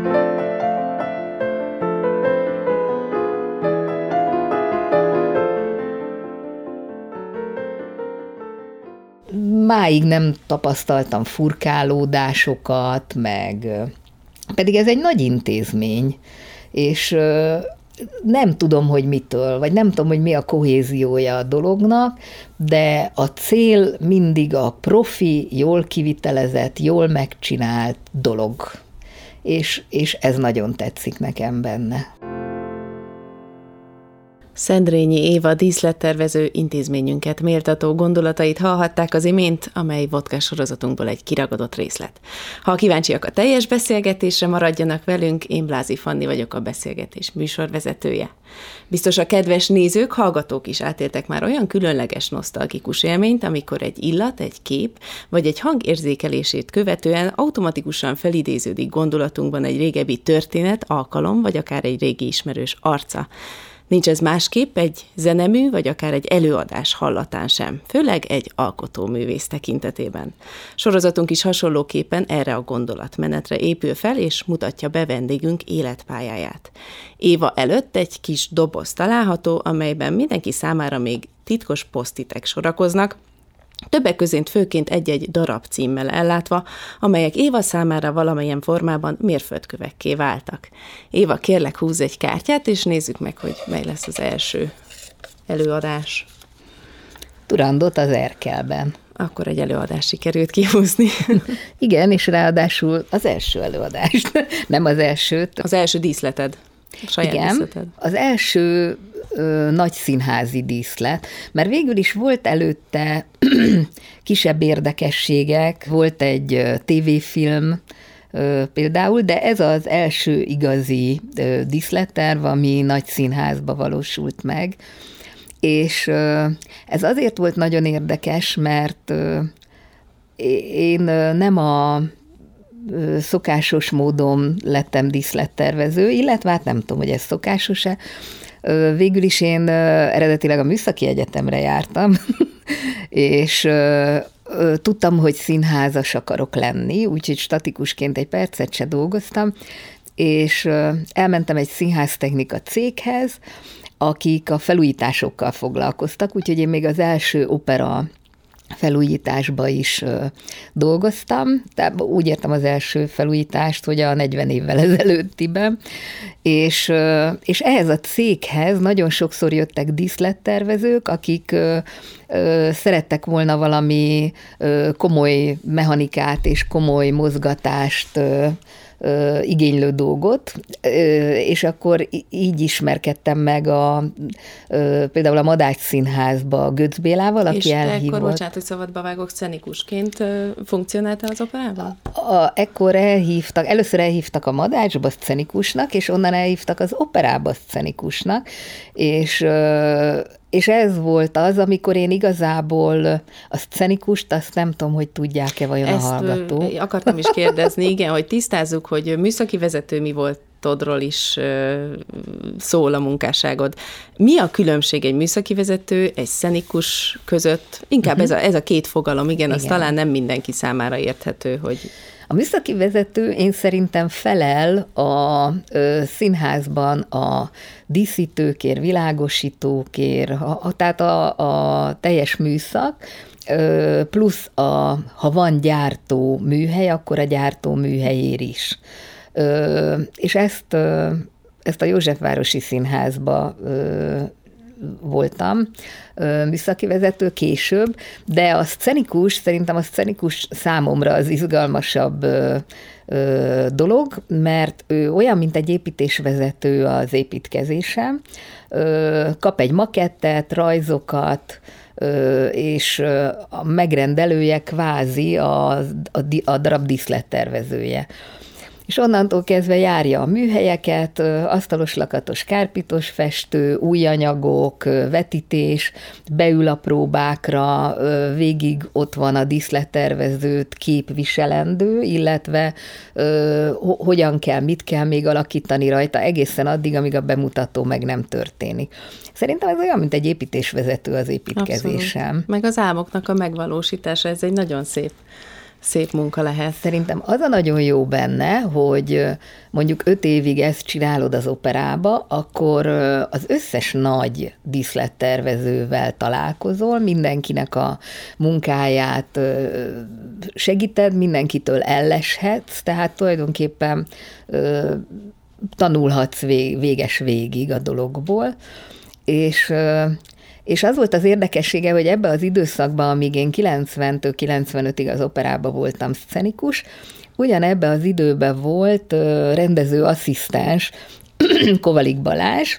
Máig nem tapasztaltam furkálódásokat, pedig ez egy nagy intézmény, és nem tudom, hogy mitől, vagy nem tudom, hogy mi a kohéziója a dolognak, de a cél mindig a profi, jól kivitelezett, jól megcsinált dolog. És ez nagyon tetszik nekem benne. Szendrényi Éva díszlettervező intézményünket méltató gondolatait hallhatták az imént, amely vodkás sorozatunkból egy kiragadott részlet. Ha kíváncsiak a teljes beszélgetésre, maradjanak velünk, én Blázi Fanni vagyok, a beszélgetés műsorvezetője. Biztos a kedves nézők, hallgatók is átéltek már olyan különleges, nosztalgikus élményt, amikor egy illat, egy kép vagy egy hang érzékelését követően automatikusan felidéződik gondolatunkban egy régebbi történet, alkalom vagy akár egy régi ismerős arca. Nincs ez másképp egy zenemű, vagy akár egy előadás hallatán sem, főleg egy alkotóművész tekintetében. Sorozatunk is hasonlóképpen erre a gondolatmenetre épül fel, és mutatja be vendégünk életpályáját. Éva előtt egy kis doboz található, amelyben mindenki számára még titkos posztitek sorakoznak, többek között főként egy-egy darab címmel ellátva, amelyek Éva számára valamilyen formában mérföldkövekké váltak. Éva, kérlek, húzz egy kártyát, és nézzük meg, hogy mely lesz az első előadás. Turandot az Erkelben. Akkor egy előadás sikerült kihúzni. Igen, és ráadásul az első előadás. Nem az elsőt. Az első díszleted. Saját igen, díszleted. Az első nagy színházi díszlet, mert végül is volt előtte kisebb érdekességek, volt egy tévéfilm például, de ez az első igazi díszletterv, ami nagy színházba valósult meg, és ez azért volt nagyon érdekes, mert én nem a szokásos módon lettem díszlettervező, illetve hát nem tudom, hogy ez szokásos-e. Végül is én eredetileg a Műszaki Egyetemre jártam, és tudtam, hogy színházas akarok lenni, úgyhogy statikusként egy percet se dolgoztam, és elmentem egy színháztechnika céghez, akik a felújításokkal foglalkoztak, úgyhogy én még az első opera felújításba is dolgoztam, tehát úgy értem az első felújítást, hogy a 40 évvel ezelőttiben, és ehhez a céghez nagyon sokszor jöttek díszlettervezők, akik szerettek volna valami komoly mechanikát és komoly mozgatást igénylő dolgot, és akkor így ismerkedtem meg például a Madács Színházba Götz Bélával, aki elhívott. És ekkor, bocsánat, hogy szabadba vágok, szcenikusként funkcionáltál az operában? Ekkor először elhívtak a Madácsba szcenikusnak, és onnan elhívtak az operába szcenikusnak, és ez volt az, amikor én igazából a szcenikust, azt nem tudom, hogy tudják-e vajon a hallgató. Ezt akartam is kérdezni, igen, hogy tisztázzuk, hogy műszaki vezető mi voltodról is szól a munkásságod. Mi a különbség egy műszaki vezető, egy szcenikus között? Inkább ez a két fogalom, igen, az talán nem mindenki számára érthető, hogy... A műszaki vezető én szerintem felel a színházban a díszítőkért, világosítókért, tehát a teljes műszak, plusz ha van gyártó műhely, akkor a gyártó műhelyér is. És ezt a Józsefvárosi Színházba voltam műszaki vezető később, de szerintem a szcenikus számomra az izgalmasabb dolog, mert ő olyan, mint egy építésvezető az építkezésen, kap egy makettet, rajzokat, és a megrendelője kvázi a darab díszlettervezője. És onnantól kezdve járja a műhelyeket, asztalos, lakatos, kárpitos festő, új anyagok, vetítés, beül a próbákra, végig ott van a díszlettervezőt képviselendő, illetve hogyan kell, mit kell még alakítani rajta, egészen addig, amíg a bemutató meg nem történik. Szerintem ez olyan, mint egy építésvezető az építkezésem. Abszolút. Meg az álmoknak a megvalósítása, ez egy nagyon szép szép munka lehet. Szerintem az a nagyon jó benne, hogy mondjuk 5 évig ezt csinálod az operába, akkor az összes nagy díszlettervezővel találkozol, mindenkinek a munkáját segíted, mindenkitől elleshetsz, tehát tulajdonképpen tanulhatsz véges végig a dologból, és az volt az érdekessége, hogy ebbe az időszakban, amíg én 90-től 95-ig az operában voltam szcenikus, ugyanebbe az időben volt rendezőasszisztens Kovalik Balázs,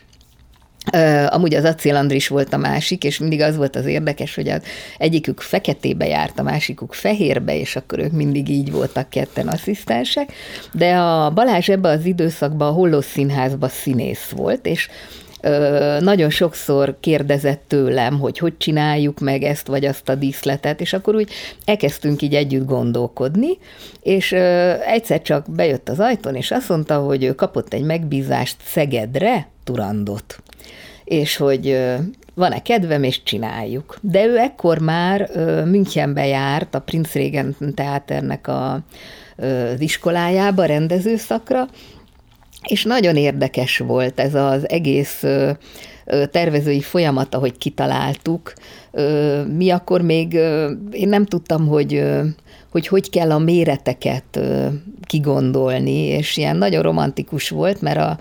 amúgy az Acél Andris volt a másik, és mindig az volt az érdekes, hogy az egyikük feketébe járt, a másikuk fehérbe, és akkor ők mindig így voltak ketten asszisztensek, de a Balázs ebbe az időszakban a Hollós Színházban színész volt, és nagyon sokszor kérdezett tőlem, hogy csináljuk meg ezt vagy azt a díszletet, és akkor úgy elkezdtünk így együtt gondolkodni, és egyszer csak bejött az ajtón, és azt mondta, hogy ő kapott egy megbízást Szegedre, Turandot, és hogy van-e kedvem, és csináljuk. De ő ekkor már Münchenbe járt a Prinz Regent Theaternek az iskolájába, rendezőszakra, és nagyon érdekes volt ez az egész tervezői folyamat, ahogy kitaláltuk. Mi akkor még, én nem tudtam, hogy kell a méreteket kigondolni, és ilyen nagyon romantikus volt, mert a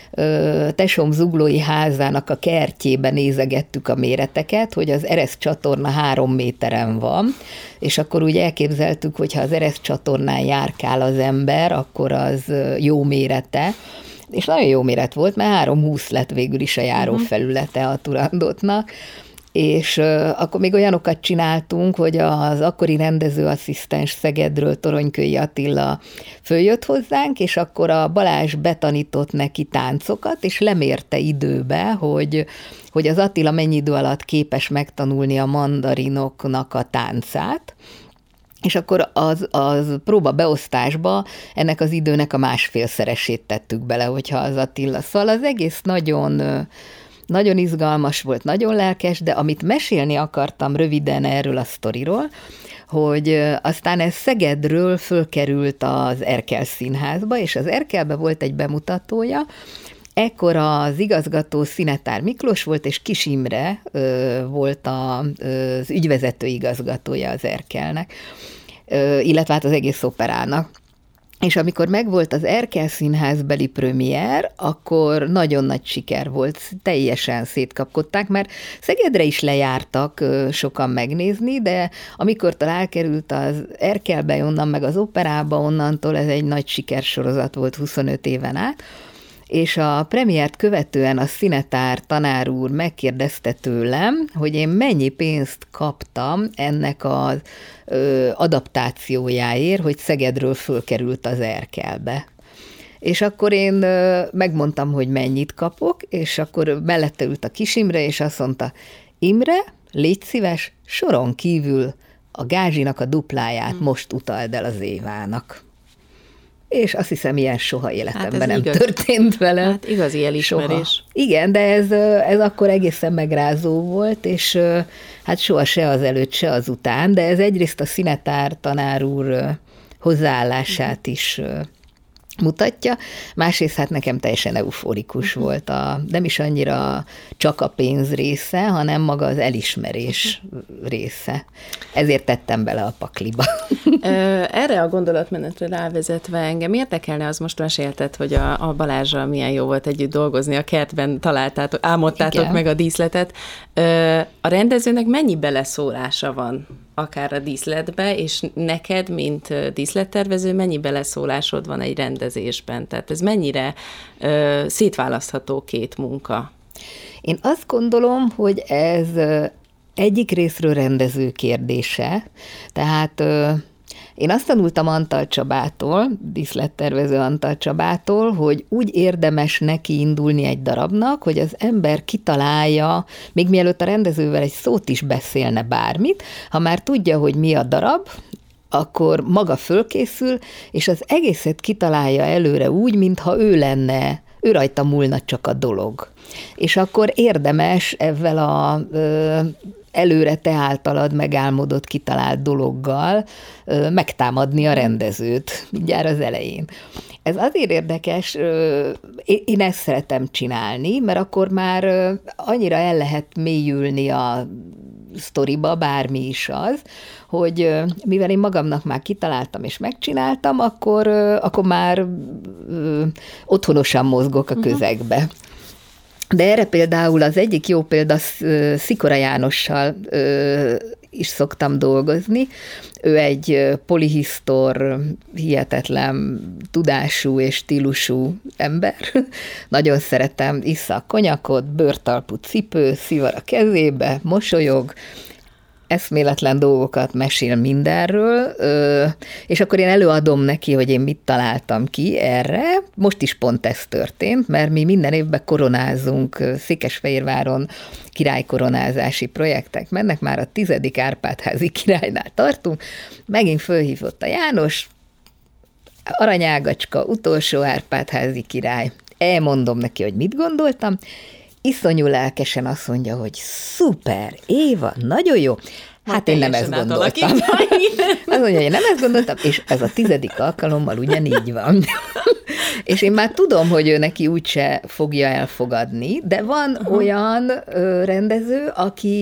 tesóm zuglói házának a kertjében nézegettük a méreteket, hogy az Eresz csatorna 3 méteren van, és akkor úgy elképzeltük, hogy ha az Eresz csatornán járkál az ember, akkor az jó mérete, és nagyon jó méret volt, mert 3,20 lett végül is a járófelülete a Turandotnak, és akkor még olyanokat csináltunk, hogy az akkori rendezőasszisztens Szegedről, Toronykői Attila följött hozzánk, és akkor a Balázs betanított neki táncokat, és lemérte időbe, hogy az Attila mennyi idő alatt képes megtanulni a mandarinoknak a táncát, és akkor az próba beosztásba ennek az időnek a 1,5-szeresét tettük bele, hogyha az Attila. Szóval az egész nagyon izgalmas volt, nagyon lelkes, de amit mesélni akartam röviden erről a sztoriról, hogy aztán ez Szegedről fölkerült az Erkel Színházba, és az Erkelbe volt egy bemutatója, ekkor az igazgató Szinetár Miklós volt, és Kis Imre volt az ügyvezető igazgatója az Erkelnek, illetve hát az egész operának. És amikor megvolt az Erkel Színházbeli premier, akkor nagyon nagy siker volt, teljesen szétkapkodták, mert Szegedre is lejártak sokan megnézni, de amikor elkerült az Erkelbe, onnan meg az operába, onnantól ez egy nagy sikersorozat volt 25 éven át, és a premiért követően a Szinetár tanár úr megkérdezte tőlem, hogy én mennyi pénzt kaptam ennek az adaptációjáért, hogy Szegedről fölkerült az Erkelbe. És akkor én megmondtam, hogy mennyit kapok, és akkor mellette ült a Kis Imre, és azt mondta, Imre, légy szíves, soron kívül a gázsinak a dupláját most utald el az Évának. És azt hiszem, ilyen soha életemben nem történt vele. Hát igazi elismerés. Soha. Igen, de ez akkor egészen megrázó volt, és hát soha se az előtt, se az után, de ez egyrészt a Szinetár tanár úr hozzáállását is mutatja, másrészt hát nekem teljesen euforikus volt, nem is annyira csak a pénz része, hanem maga az elismerés része. Ezért tettem bele a pakliba. Erre a gondolatmenetre rávezetve engem érdekelne, az most mesélted, hogy a Balázsral milyen jó volt együtt dolgozni, a kertben álmodtátok Igen. meg a díszletet. A rendezőnek mennyi beleszólása van akár a díszletbe, és neked, mint díszlettervező, mennyi beleszólásod van egy rendezésben? Tehát ez mennyire szétválasztható két munka? Én azt gondolom, hogy ez egyik részről rendező kérdése, tehát én azt tanultam Antal Csabától, díszlettervező Antal Csabától, hogy úgy érdemes neki indulni egy darabnak, hogy az ember kitalálja, még mielőtt a rendezővel egy szót is beszélne bármit, ha már tudja, hogy mi a darab, akkor maga fölkészül, és az egészet kitalálja előre úgy, mintha ő rajta múlna csak a dolog. És akkor érdemes előre te általad megálmodott, kitalált dologgal megtámadni a rendezőt mindjárt az elején. Ez azért érdekes, én ezt szeretem csinálni, mert akkor már annyira el lehet mélyülni a sztoriba, bármi is az, hogy mivel én magamnak már kitaláltam és megcsináltam, akkor már otthonosan mozgok a közegbe. De erre például az egyik jó példa, Szikora Jánossal is szoktam dolgozni. Ő egy polihisztor, hihetetlen tudású és stílusú ember. Nagyon szeretem, issza a konyakot, bőrtalpú cipő, szivar a kezébe, mosolyog, eszméletlen dolgokat mesél mindenről, és akkor én előadom neki, hogy én mit találtam ki erre. Most is pont ez történt, mert mi minden évben koronázunk, Székesfehérváron királykoronázási projektek mennek, már a 10. Árpád-házi királynál tartunk, megint fölhívott a János, aranyágacska, utolsó Árpád-házi király. Elmondom neki, hogy mit gondoltam, iszonyú lelkesen azt mondja, hogy szuper, Éva, nagyon jó. Hát én nem ezt gondoltam. Azt mondja, hogy én nem ezt gondoltam, és ez a 10. alkalommal ugyanígy van. És én már tudom, hogy ő neki úgyse fogja elfogadni, de van olyan rendező,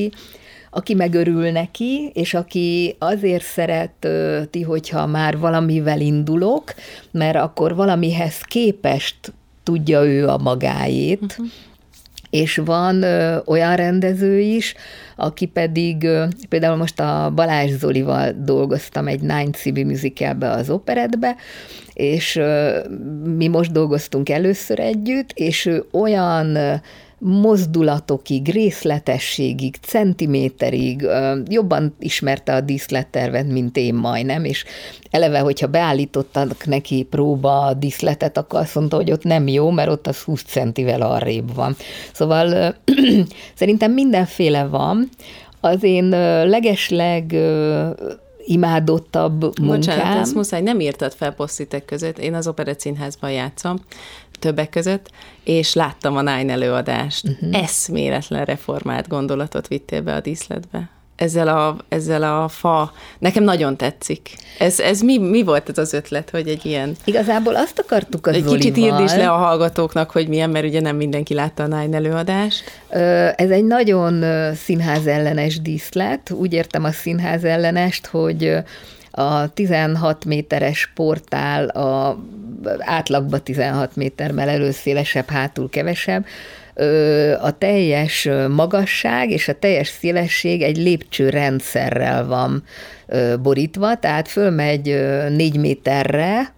aki megörül neki, és aki azért szereti, hogyha már valamivel indulok, mert akkor valamihez képest tudja ő a magáét, és van olyan rendező is, aki pedig, például most a Balázs Zolival dolgoztam egy Nine című musicalbe, az operettbe, és mi most dolgoztunk először együtt, és ő olyan mozdulatokig, részletességig, centiméterig jobban ismerte a díszlettervet, mint én majdnem, és eleve, hogyha beállítottak neki próba díszletet, akkor azt mondta, hogy ott nem jó, mert ott az 20 centivel arrébb van. Szóval szerintem mindenféle van. Az én legesleg imádottabb munkám. Bocsánat, ezt muszáj, nem írtad fel posztitek között. Én az Operett Színházban játszom, többek között, és láttam a Nine előadást. Eszméletlen reformált gondolatot vittél be a díszletbe. Ezzel a fa, nekem nagyon tetszik. Ez mi volt ez az ötlet, hogy egy ilyen... Igazából azt akartuk a Zolival... Kicsit írd is le a hallgatóknak, hogy milyen, mert ugye nem mindenki látta a Nine előadást. Ez egy nagyon színházellenes díszlet. Úgy értem a színházellenest, hogy a 16 méteres portál, átlagban 16 méter, mert előszélesebb, hátul kevesebb, a teljes magasság és a teljes szélesség egy lépcsőrendszerrel van borítva, tehát fölmegy 4 méterre,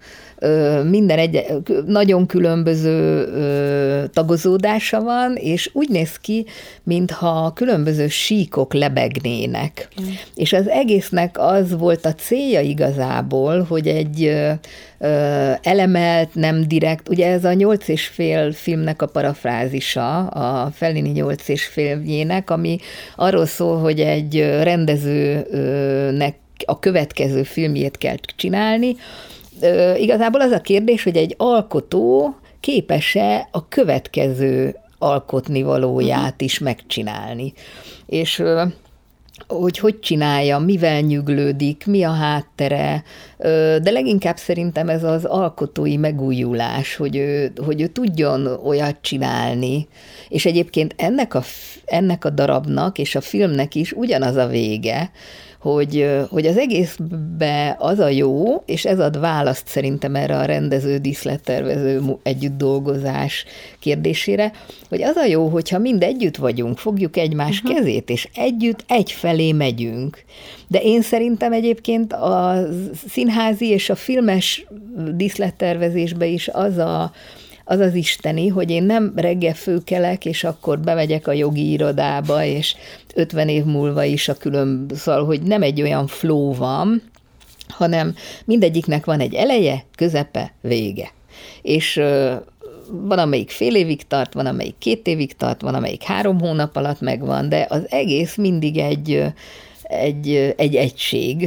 nagyon különböző tagozódása van, és úgy néz ki, mintha különböző síkok lebegnének. És az egésznek az volt a célja igazából, hogy egy elemelt, nem direkt, ugye ez a 8,5 filmnek a parafrázisa, a Fellini 8,5-jének, ami arról szól, hogy egy rendezőnek a következő filmjét kell csinálni. Igazából az a kérdés, hogy egy alkotó képes-e a következő alkotnivalóját is megcsinálni. És hogy csinálja, mivel nyüglődik, mi a háttere, de leginkább szerintem ez az alkotói megújulás, hogy ő tudjon olyat csinálni, és egyébként ennek a darabnak és a filmnek is ugyanaz a vége, hogy az egészben az a jó, és ez ad választ szerintem erre a rendező, díszlettervező együtt dolgozás kérdésére, hogy az a jó, hogyha mind együtt vagyunk, fogjuk egymás kezét, és együtt egyfelé megyünk. De én szerintem egyébként a színházi és a filmes díszlettervezésben is az isteni, hogy én nem reggel fölkelek, és akkor bemegyek a jogi irodába, és 50 év múlva is szóval, hogy nem egy olyan flow van, hanem mindegyiknek van egy eleje, közepe, vége. És van, amelyik fél évig tart, van, amelyik 2 évig tart, van, amelyik 3 hónap alatt megvan, de az egész mindig egy egység,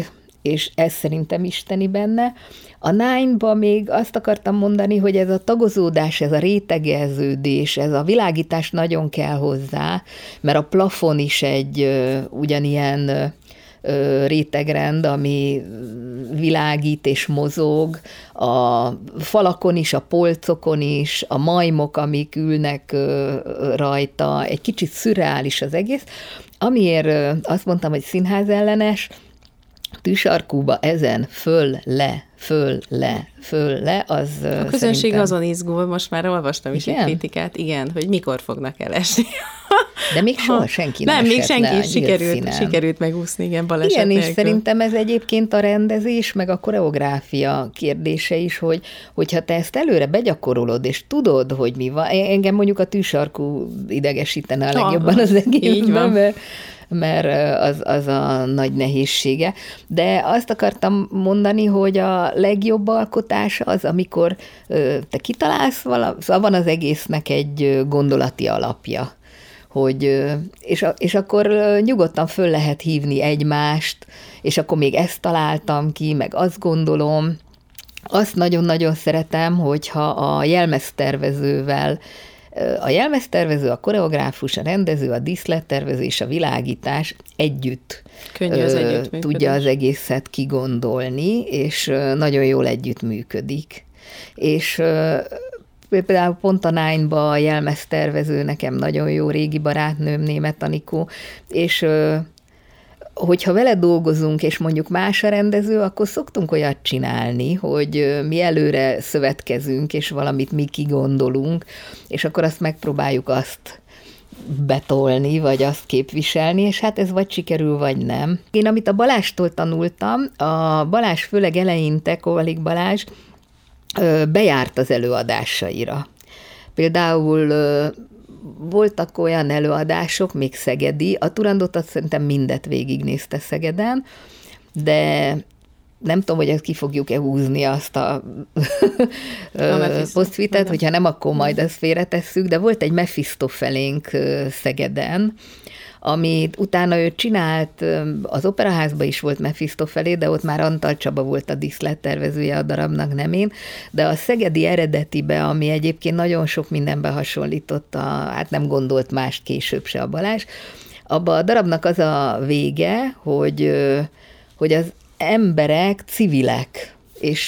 és ez szerintem isteni benne. A Nine-ba még azt akartam mondani, hogy ez a tagozódás, ez a rétegeződés, ez a világítás nagyon kell hozzá, mert a plafon is egy ugyanilyen rétegrend, ami világít és mozog, a falakon is, a polcokon is, a majmok, amik ülnek rajta, egy kicsit szürreális az egész. Amiért azt mondtam, hogy színház ellenes, Tűsarkúba ezen föl, le, az a közönség szerintem... azon izgul, most már olvastam is egy kritikát, igen, hogy mikor fognak elesni. De még soha senki nem még senki sikerült megúszni, igen, baleset igen, nélkül. És szerintem ez egyébként a rendezés, meg a koreográfia kérdése is, hogyha te ezt előre begyakorolod, és tudod, hogy mi van, engem mondjuk a tűsarkú idegesítene a legjobban az egészben, mert az a nagy nehézsége. De azt akartam mondani, hogy a legjobb alkotás az, amikor te kitalálsz szóval van az egésznek egy gondolati alapja. És akkor nyugodtan föl lehet hívni egymást, és akkor még ezt találtam ki, meg azt gondolom. Azt nagyon-nagyon szeretem, hogyha a jelmeztervezővel a jelmeztervező, a koreográfus, a rendező, a díszlettervező és a világítás együtt tudja az egészet kigondolni, és nagyon jól együtt működik. És például pont a Nine-ba a jelmeztervező nekem nagyon jó régi barátnőm, Németh Anikó, és hogyha vele dolgozunk, és mondjuk más a rendező, akkor szoktunk olyat csinálni, hogy mi előre szövetkezünk, és valamit mi kigondolunk, és akkor azt megpróbáljuk azt betolni, vagy azt képviselni, és hát ez vagy sikerül, vagy nem. Én, amit a Balástól tanultam, a Balázs főleg eleinte, Kovalik Balázs, bejárt az előadásaira. Például voltak olyan előadások, még szegedi, a Turandotat szerintem mindet végignézte Szegeden, de nem tudom, hogy ezt ki fogjuk-e húzni azt a posztvitet, hogyha nem, akkor majd ezt félretesszük, de volt egy Mephistofelénk Szegeden, amit utána ő csinált, az Operaházban is volt Mephistofelé, de ott már Antal Csaba volt a díszlettervezője a darabnak, nem én, de a szegedi eredetibe, ami egyébként nagyon sok mindenben hasonlított, hát nem gondolt mást később se a Balázs, abban a darabnak az a vége, hogy az emberek civilek,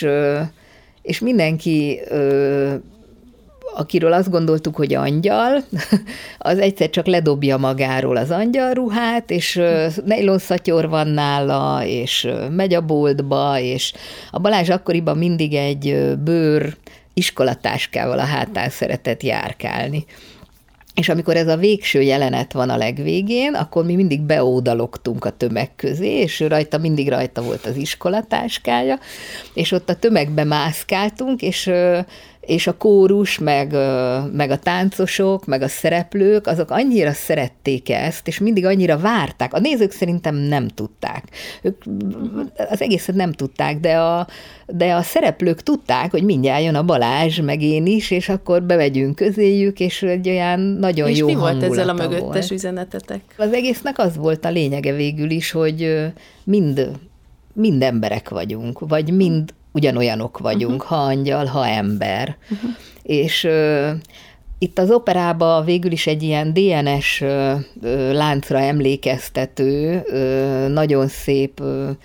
és mindenki, akiről azt gondoltuk, hogy angyal, az egyszer csak ledobja magáról az angyalruhát, és nejlonszatyor van nála, és megy a boltba, és a Balázs akkoriban mindig egy bőr iskolatáskával a hátán szeretett járkálni. És amikor ez a végső jelenet van a legvégén, akkor mi mindig beódalogtunk a tömeg közé, és mindig rajta volt az iskolatáskája, és ott a tömegbe mászkáltunk, és a kórus, meg a táncosok, meg a szereplők, azok annyira szerették ezt, és mindig annyira várták. A nézők szerintem nem tudták. Ők az egészet nem tudták, de a szereplők tudták, hogy mindjárt jön a Balázs, meg én is, és akkor bemegyünk közéjük, és egy olyan nagyon és jó hangulata volt. És mi volt ezzel a mögöttes üzenetetek? Az egésznek az volt a lényege végül is, hogy mind emberek vagyunk, vagy mind ugyanolyanok vagyunk, ha angyal, ha ember. És itt az operában végül is egy ilyen DNS láncra emlékeztető, nagyon szép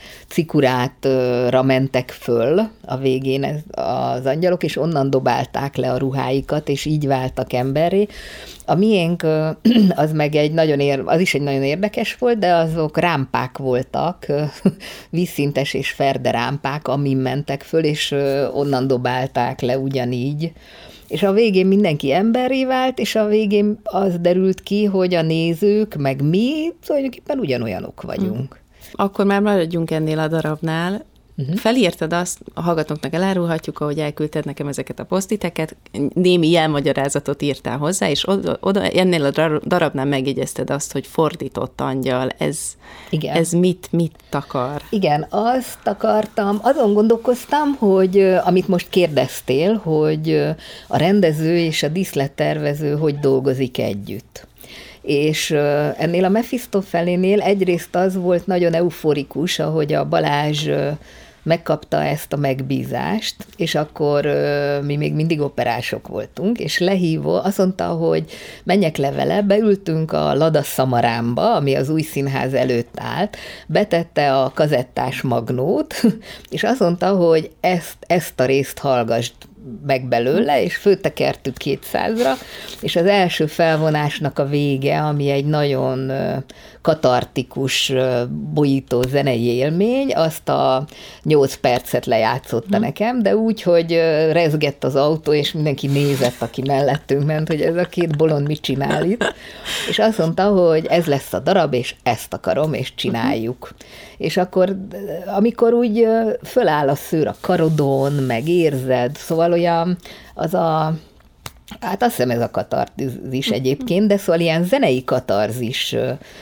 cikurátra mentek föl a végén az angyalok, és onnan dobálták le a ruháikat, és így váltak emberré. A miénk az meg az is egy nagyon érdekes volt, de azok rámpák voltak, vízszintes és ferde rámpák, amin mentek föl, és onnan dobálták le ugyanígy. És a végén mindenki emberré vált, és a végén az derült ki, hogy a nézők, meg mi tulajdonképpen ugyanolyanok vagyunk. Akkor már maradjunk ennél a darabnál. Felírtad azt, a hallgatóknak elárulhatjuk, ahogy elküldted nekem ezeket a posztiteket, némi jelmagyarázatot írtál hozzá, és oda ennél a darabnál megjegyezted azt, hogy fordított angyal, ez mit takar? Igen, azt akartam, azon gondolkoztam, hogy amit most kérdeztél, hogy a rendező és a díszlettervező hogy dolgozik együtt. És ennél a Mefistofelinél egyrészt az volt nagyon euforikus, ahogy a Balázs megkapta ezt a megbízást, és akkor mi még mindig operások voltunk, és lehívó, azt mondta, hogy menjek le vele, beültünk a Lada Szamaránba, ami az új színház előtt állt, betette a kazettás magnót, és azt mondta, hogy ezt a részt hallgassd meg belőle, és föltekertük 200-ra, és az első felvonásnak a vége, ami egy nagyon katartikus, bolyító zenei élmény, azt a 8 percet lejátszotta nekem, de úgy, hogy rezgett az autó, és mindenki nézett, aki mellettünk ment, hogy ez a két bolond mit csinál itt, és azt mondta, hogy ez lesz a darab, és ezt akarom, és csináljuk. És akkor, amikor úgy föláll a szőr a karodon, meg érzed, szóval olyan az a, hát azt hiszem ez a katarzis egyébként, de szóval ilyen zenei katarzis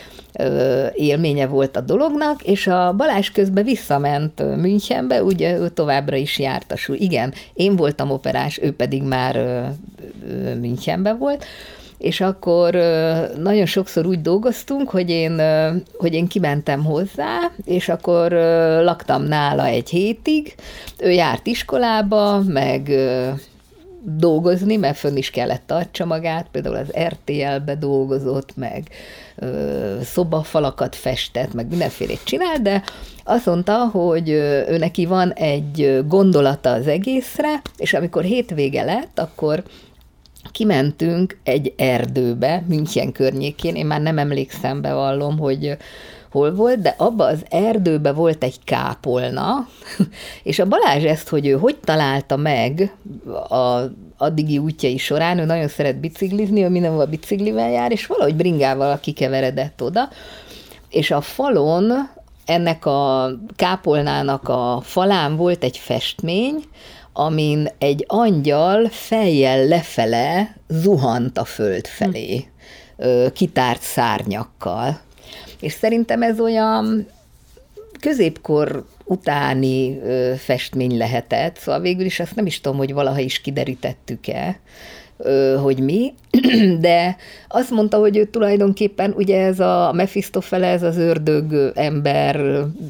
élménye volt a dolognak, és a Balázs közben visszament Münchenbe, ugye ő továbbra is járt a igen, én voltam operás, ő pedig már Münchenbe volt, és akkor nagyon sokszor úgy dolgoztunk, hogy én kimentem hozzá, és akkor laktam nála egy hétig, ő járt iskolába, meg dolgozni, mert fönn is kellett tartsa magát, például az RTL-be dolgozott, meg szobafalakat festett, meg mindenfélét csinál, de azt mondta, hogy ő neki van egy gondolata az egészre, és amikor hétvége lett, akkor kimentünk egy erdőbe, München környékén, én már nem emlékszem, bevallom, hogy hol volt, de abba az erdőbe volt egy kápolna, és a Balázs ezt, hogy ő hogy találta meg az addigi útjai során, ő nagyon szeret biciklizni, ő mindenhol biciklivel jár, és valahogy bringával kikeveredett oda, és a falon, ennek a kápolnának a falán volt egy festmény, amin egy angyal fejjel lefele zuhant a föld felé, kitárt szárnyakkal. És szerintem ez olyan középkor utáni festmény lehetett, szóval végül is azt nem is tudom, hogy valaha is kiderítettük-e, hogy mi, de azt mondta, hogy ő tulajdonképpen, ugye ez a Mefistofele, ez az ördög ember,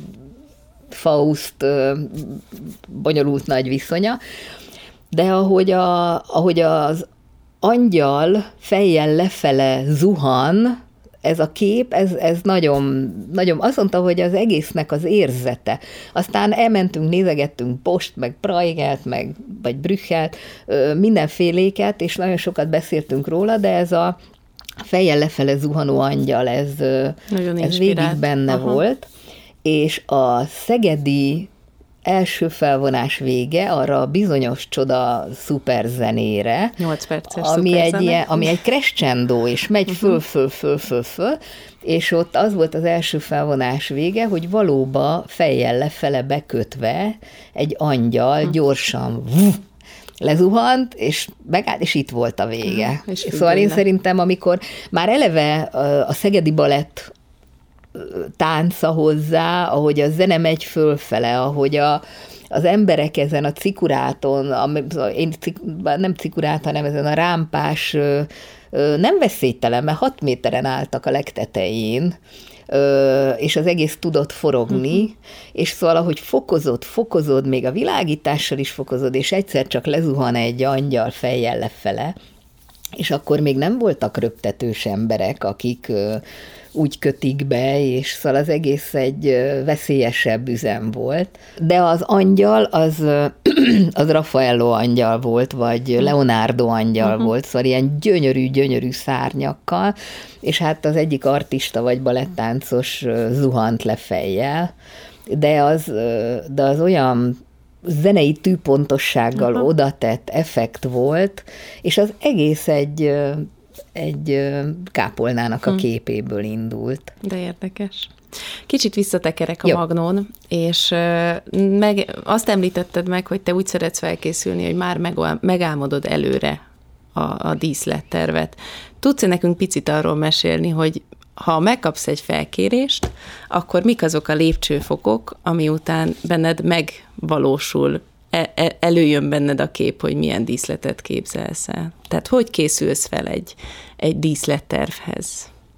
Faust bonyolult nagy viszonya, de ahogy az angyal fejjel lefele zuhan, ez a kép, ez nagyon, nagyon, azt mondta, hogy az egésznek az érzete. Aztán elmentünk, nézegettünk Post, meg Praigelt, vagy Brüsszelt, mindenféléket, és nagyon sokat beszéltünk róla, de ez a fejjel lefele zuhanó angyal, ez végig benne volt. És a szegedi első felvonás vége arra a bizonyos csoda szuperzenére, 8 perces ami egy crescendo, és megy föl, és ott az volt az első felvonás vége, hogy valóban fejjel lefele bekötve egy angyal gyorsan lezuhant, és megállt, és itt volt a vége. Szóval én szerintem, amikor már eleve a szegedi balett tánca hozzá, ahogy a zene megy fölfele, ahogy az emberek ezen a cikuráton, nem cikurát, hanem ezen a rámpás, nem veszélytelen, mert 6 méteren álltak a legtetején, és az egész tudott forogni, és szóval ahogy fokozod, még a világítással is fokozod, és egyszer csak lezuhan egy angyal fejjel lefele, és akkor még nem voltak röptetős emberek, akik úgy kötik be, és szóval az egész egy veszélyesebb üzem volt. De az angyal, az Raffaello angyal volt, vagy Leonardo angyal volt, szóval ilyen gyönyörű szárnyakkal, és hát az egyik artista vagy balettáncos zuhant le fejjel, de az olyan zenei tűpontossággal odatett effekt volt, és az egész egy kápolnának a képéből indult. De érdekes. Kicsit visszatekerek a Magnón, és azt említetted meg, hogy te úgy szeretsz felkészülni, hogy már megálmodod előre a díszlettervet. Tudsz-e nekünk picit arról mesélni, hogy ha megkapsz egy felkérést, akkor mik azok a lépcsőfokok, ami után benned megvalósul, előjön benned a kép, hogy milyen díszletet képzelsz el? Tehát hogy készülsz fel egy díszlettervhez?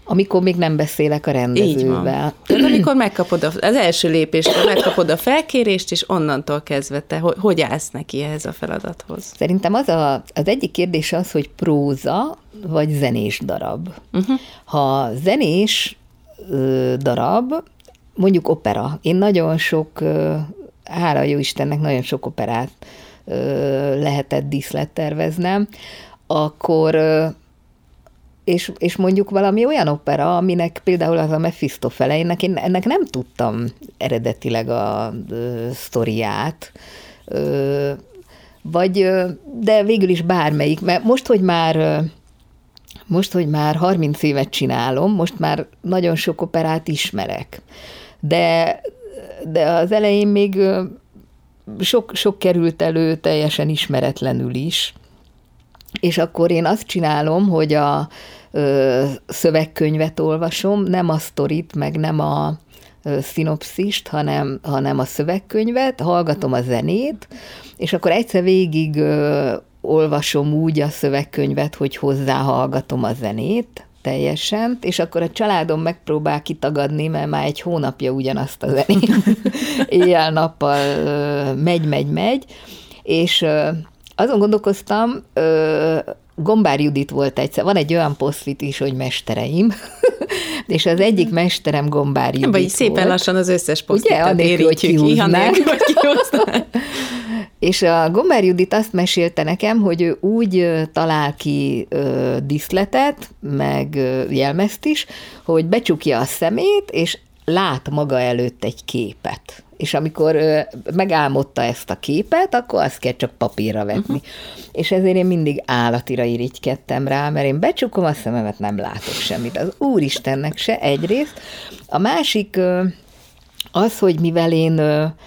amikor még nem beszélek a rendezővel. Tehát amikor megkapod az első lépéskor megkapod a felkérést, és onnantól kezdve te hogy állsz neki ehhez a feladathoz? Szerintem az egyik kérdés az, hogy próza vagy zenés darab. Ha zenés darab, mondjuk opera. Én nagyon sok, hála jó Istennek, nagyon sok operát lehetett díszletterveznem, akkor, és mondjuk valami olyan opera, aminek például az a Mefistofele, én ennek nem tudtam eredetileg a sztoriát, de végül is bármelyik, mert most, hogy már 30 évet csinálom, most már nagyon sok operát ismerek. De az elején még sok került elő teljesen ismeretlenül is. És akkor én azt csinálom, hogy a szövegkönyvet olvasom, nem a sztorit, meg nem a szinopszist, hanem a szövegkönyvet, hallgatom a zenét, és akkor egyszer végig olvasom úgy a szövegkönyvet, hogy hozzáhallgatom a zenét teljesen, és akkor a családom megpróbál kitagadni, mert már egy hónapja ugyanazt a zenét éjjel-nappal megy, és azon gondolkoztam, Gombár Judit volt egyszer, van egy olyan posztfit is, hogy mestereim, és az egyik mesterem Gombár Judit vagy szépen volt. Lassan az összes posztfitet érítjük. És a Gombár Judit azt mesélte nekem, hogy ő úgy talál ki díszletet, meg jelmezt is, hogy becsukja a szemét, és lát maga előtt egy képet. És amikor megálmodta ezt a képet, akkor azt kell csak papírra vetni. És ezért én mindig állatira irigykedtem rá, mert én becsukom a szememet, nem látok semmit. Az Úristennek se egyrészt. A másik az, hogy mivel én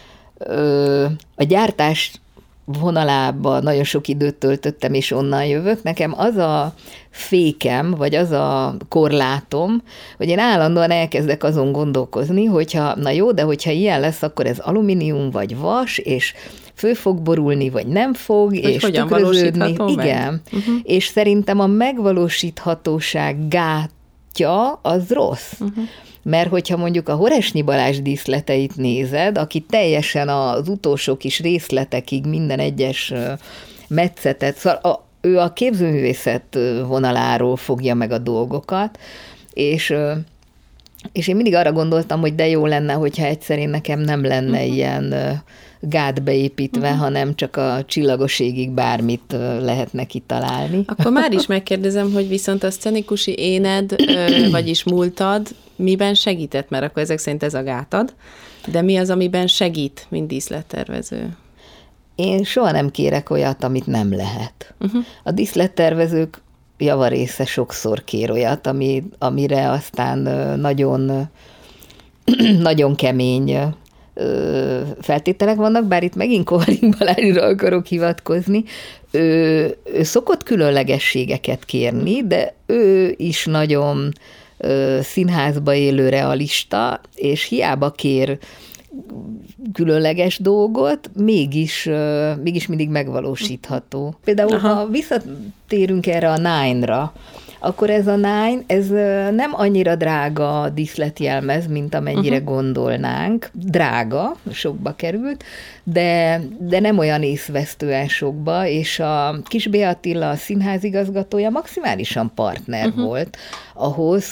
a gyártás vonalában nagyon sok időt töltöttem, és onnan jövök, nekem az a fékem, vagy az a korlátom, hogy én állandóan elkezdek azon gondolkozni, hogyha ilyen lesz, akkor ez alumínium, vagy vas, és fő fog borulni, vagy nem fog, hogy és tükröződni. Igen. És szerintem a megvalósíthatóság gátja az rossz. Mert hogyha mondjuk a Horesnyi Balázs díszleteit nézed, aki teljesen az utolsó kis részletekig minden egyes metszetet, szóval ő a képzőművészet vonaláról fogja meg a dolgokat, és én mindig arra gondoltam, hogy de jó lenne, hogyha egyszer nekem nem lenne ilyen gát beépítve, hanem csak a csillagos égig bármit lehetne kitalálni. Akkor már is megkérdezem, hogy viszont a szcenikusi éned, vagyis múltad, miben segített? Mert akkor ezek szerint ez a gátad, de mi az, amiben segít, mint díszlettervező? Én soha nem kérek olyat, amit nem lehet. A díszlettervezők javarésze sokszor kér olyat, amire aztán nagyon, nagyon kemény feltételek vannak, bár itt megint Kovaring Balázsra akarok hivatkozni. Ő szokott különlegességeket kérni, de ő is nagyon színházba élő realista, és hiába kér különleges dolgot, mégis mindig megvalósítható. Például, ha visszatérünk erre a Nine-ra, akkor ez a Nine, ez nem annyira drága díszletjelmez, mint amennyire gondolnánk. Drága, sokba került, de nem olyan észvesztően sokba, és a Kis B. Attila, a színházigazgatója maximálisan partner volt ahhoz,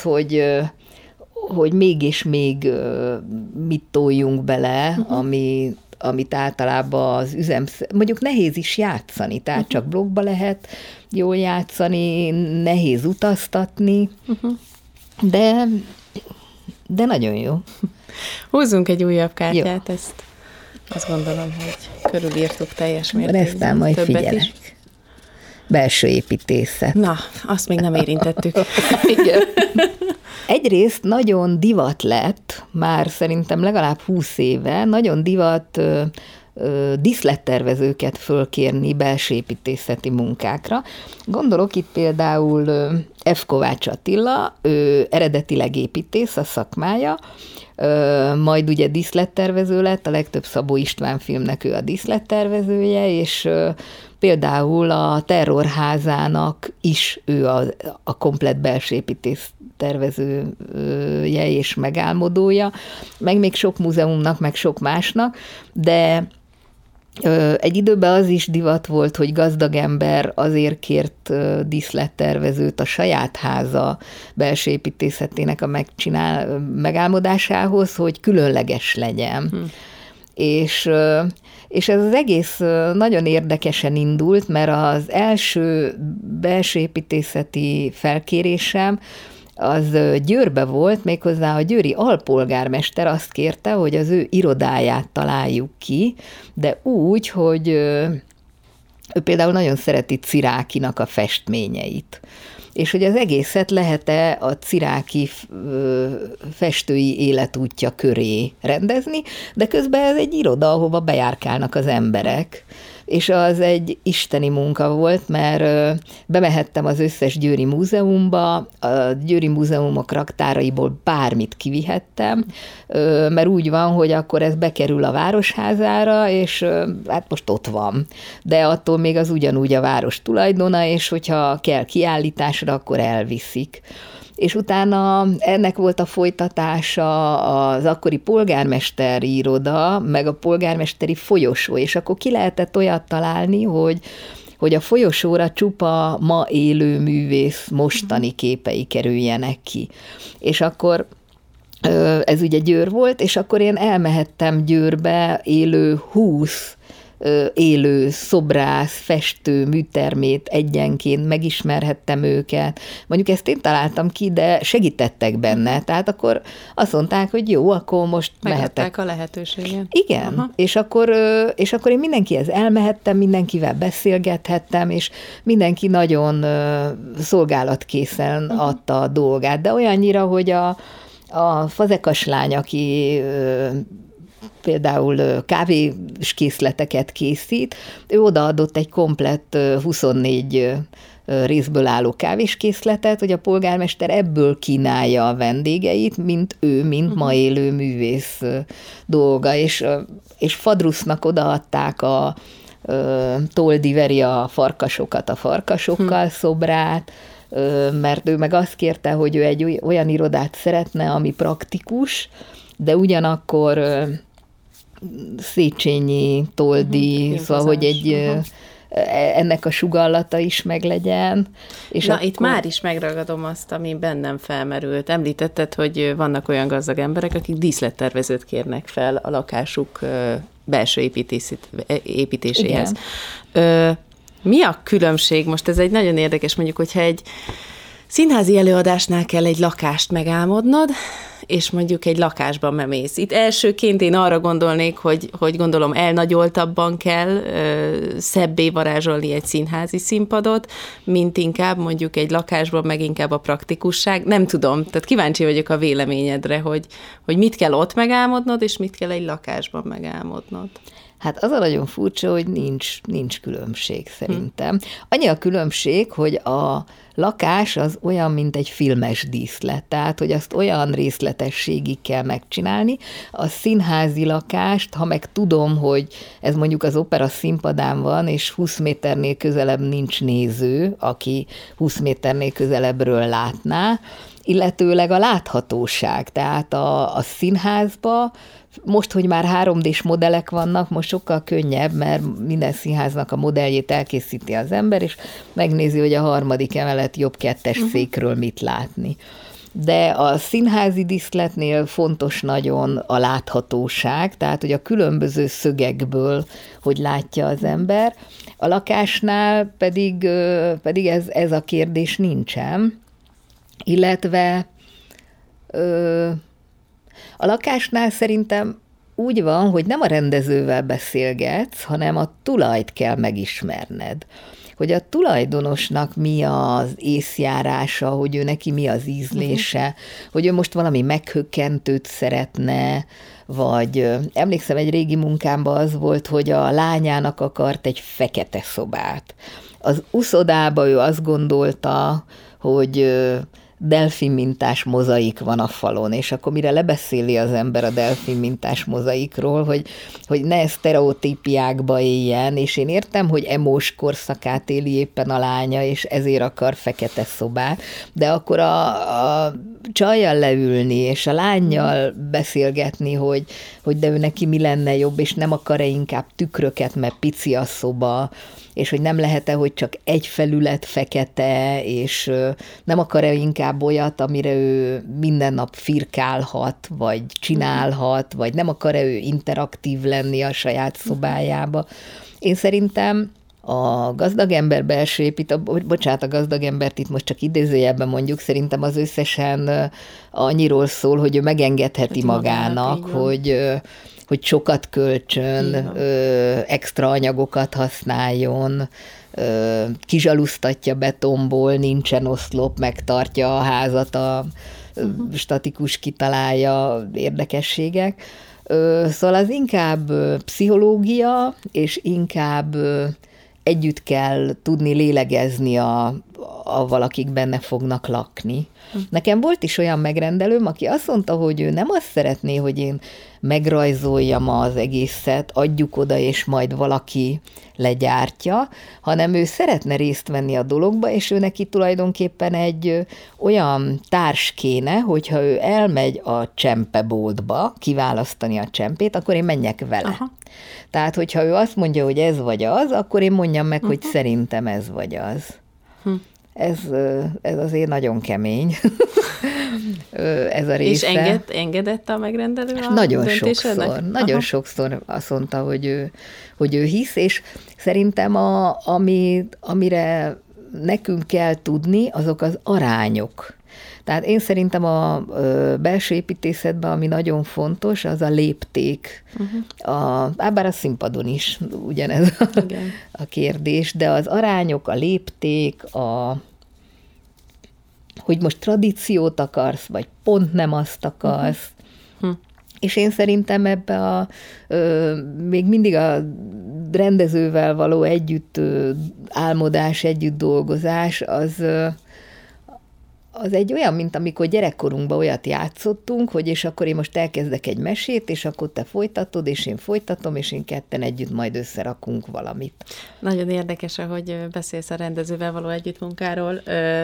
hogy mégis még mit toljunk bele, amit általában az mondjuk nehéz is játszani, tehát csak blokkba lehet jól játszani, nehéz utaztatni, de nagyon jó. Húzzunk egy újabb kártyát, ezt azt gondolom, hogy körülírtuk teljes mértékben. Eztán majd figyelek. Is. Belső építészet. Na, azt még nem érintettük. Igen. Egyrészt nagyon divat lett, már szerintem legalább 20 éve, nagyon divat díszlettervezőket fölkérni belső építészeti munkákra. Gondolok itt például F. Kovács Attila, ő eredetileg építész a szakmája, majd ugye díszlettervező lett, a legtöbb Szabó István filmnek ő a díszlettervezője, és például a Terrorházának is ő a komplett belső díszlettervezője és megálmodója, meg még sok múzeumnak, meg sok másnak, de egy időben az is divat volt, hogy gazdag ember azért kért díszlettervezőt a saját háza belső építészetének a megálmodásához, hogy különleges legyen. És ez az egész nagyon érdekesen indult, mert az első belső építészeti felkérésem az Győrbe volt, méghozzá a győri alpolgármester azt kérte, hogy az ő irodáját találjuk ki, de úgy, hogy ő például nagyon szereti Cirákinak a festményeit. És hogy az egészet lehet-e a Ciráki festői életútja köré rendezni, de közben ez egy iroda, ahova bejárkálnak az emberek. És az egy isteni munka volt, mert bemehettem az összes győri múzeumba, a győri múzeumok raktáraiból bármit kivihettem, mert úgy van, hogy akkor ez bekerül a városházára, és hát most ott van. De attól még az ugyanúgy a város tulajdona, és hogyha kell kiállításra, akkor elviszik. És utána ennek volt a folytatása az akkori polgármesteri iroda, meg a polgármesteri folyosó, és akkor ki lehetett olyat találni, hogy a folyosóra csupa ma élő művész mostani képei kerüljenek ki. És akkor ez ugye Győr volt, és akkor én elmehettem Győrbe élő 20 élő szobrász, festő, műtermét egyenként, megismerhettem őket. Mondjuk ezt én találtam ki, de segítettek benne. Tehát akkor azt mondták, hogy jó, akkor most mehetek. A lehetőséget. Igen, és akkor én mindenkihez elmehettem, mindenkivel beszélgethettem, és mindenki nagyon szolgálatkészen adta a dolgát. De olyannyira, hogy a fazekas lány, aki például kávéskészleteket készít, ő odaadott egy komplett 24 részből álló kávéskészletet, hogy a polgármester ebből kínálja a vendégeit, mint ma élő művész dolga, és Fadrusznak odaadták a Toldi veri a farkasokat a farkasokkal szobrát, mert ő meg azt kérte, hogy ő egy olyan irodát szeretne, ami praktikus, de ugyanakkor Széchenyi, Toldi, szóval, hogy ennek a sugallata is meglegyen. És akkor... itt már is megragadom azt, ami bennem felmerült. Említetted, hogy vannak olyan gazdag emberek, akik díszlettervezőt kérnek fel a lakásuk belső építéséhez. Mi a különbség? Most ez egy nagyon érdekes, mondjuk, hogyha egy színházi előadásnál kell egy lakást megálmodnod, és mondjuk egy lakásban memész. Itt elsőként én arra gondolnék, hogy gondolom elnagyoltabban kell szebbé varázsolni egy színházi színpadot, mint inkább mondjuk egy lakásban, meg inkább a praktikusság. Nem tudom, tehát kíváncsi vagyok a véleményedre, hogy mit kell ott megálmodnod, és mit kell egy lakásban megálmodnod. Hát az a nagyon furcsa, hogy nincs különbség szerintem. Annyi a különbség, hogy a lakás az olyan, mint egy filmes díszlet, tehát, hogy azt olyan részletességig kell megcsinálni. A színházi lakást, ha meg tudom, hogy ez mondjuk az opera színpadán van, és 20 méternél közelebb nincs néző, aki 20 méternél közelebbről látná, illetőleg a láthatóság, tehát a színházba, most, hogy már 3D-s modellek vannak, most sokkal könnyebb, mert minden színháznak a modelljét elkészíti az ember, és megnézi, hogy a 3. emelet jobb 2-es székről mit látni. De a színházi díszletnél fontos nagyon a láthatóság, tehát, hogy a különböző szögekből, hogy látja az ember. A lakásnál pedig ez a kérdés nincsen, illetve a lakásnál szerintem úgy van, hogy nem a rendezővel beszélgetsz, hanem a tulajt kell megismerned. Hogy a tulajdonosnak mi az észjárása, hogy ő neki mi az ízlése, hogy ő most valami meghökkentőt szeretne, vagy emlékszem, egy régi munkámban az volt, hogy a lányának akart egy fekete szobát. Az uszodába ő azt gondolta, hogy delfin mintás mozaik van a falon, és akkor mire lebeszéli az ember a delfin mintás mozaikról, hogy ne sztereotípiákba éljen, és én értem, hogy emós korszakát éli éppen a lánya, és ezért akar fekete szobát, de akkor a csajjal leülni, és a lánnyal beszélgetni, hogy de ő neki mi lenne jobb, és nem akar-e inkább tükröket, mert pici a szoba, és hogy nem lehet-e, hogy csak egy felület fekete, és nem akar-e inkább olyat, amire ő minden nap firkálhat, vagy csinálhat, vagy nem akar-e ő interaktív lenni a saját szobájába. Én szerintem a gazdag ember belső épít, a gazdag embert itt most csak idézőjelben mondjuk, szerintem az összesen annyiról szól, hogy ő megengedheti magának, hogy sokat költsön, extra anyagokat használjon, kizsalusztatja betonból, nincsen oszlop, megtartja a házat, a statikus kitalálja, érdekességek. Szóval az inkább pszichológia, és inkább együtt kell tudni lélegezni avval, akik benne fognak lakni. Nekem volt is olyan megrendelőm, aki azt mondta, hogy ő nem azt szeretné, hogy én megrajzoljam az egészet, adjuk oda, és majd valaki legyártja, hanem ő szeretne részt venni a dologba, és ő neki tulajdonképpen egy olyan társ kéne, hogyha ő elmegy a csempeboltba kiválasztani a csempét, akkor én menjek vele. Aha. Tehát, hogyha ő azt mondja, hogy ez vagy az, akkor én mondjam meg, hogy szerintem ez vagy az. Ez azért nagyon kemény. Ez a része. És engedett a megrendelő a döntésednek? Nagyon sokszor azt mondta, hogy ő hisz, és szerintem amire nekünk kell tudni, azok az arányok. Tehát én szerintem a belső építészetben, ami nagyon fontos, az a lépték. Bár a színpadon is ugyanez a kérdés, de az arányok, a lépték, hogy most tradíciót akarsz, vagy pont nem azt akarsz. És én szerintem ebbe még mindig a rendezővel való együtt álmodás, együtt dolgozás, az egy olyan, mint amikor gyerekkorunkban olyat játszottunk, hogy és akkor én most elkezdek egy mesét, és akkor te folytatod, és én folytatom, és én ketten együtt majd összerakunk valamit. Nagyon érdekes, ahogy beszélsz a rendezővel való együttmunkáról.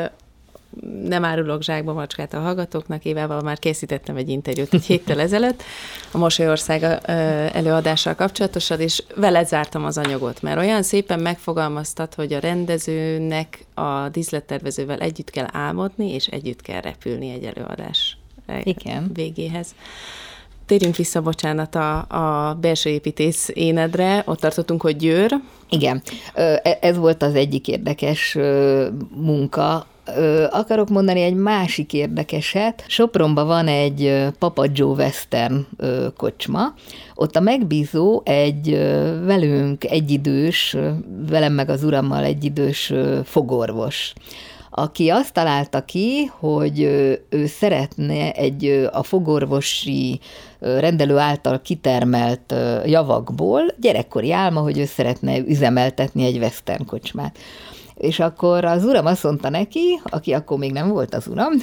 Nem árulok zsákba macskát a hallgatóknak, Évával már készítettem egy interjút egy héttel ezelőtt, a Mosolyország előadással kapcsolatosan, és veled zártam az anyagot, mert olyan szépen megfogalmaztad, hogy a rendezőnek a díszlettervezővel együtt kell álmodni, és együtt kell repülni egy előadás végéhez. Térjünk vissza, bocsánat, a belső építész énedre, ott tartottunk, hogy Győr. Igen, ez volt az egyik érdekes munka. Akarok mondani egy másik érdekeset. Sopronban van egy Papa Joe Western kocsma. Ott a megbízó egy velünk egyidős, velem meg az urammal egyidős fogorvos, aki azt találta ki, hogy ő szeretne a fogorvosi rendelő által kitermelt javakból gyerekkori álma, hogy ő szeretne üzemeltetni egy western kocsmát. És akkor az uram azt mondta neki, aki akkor még nem volt az uram,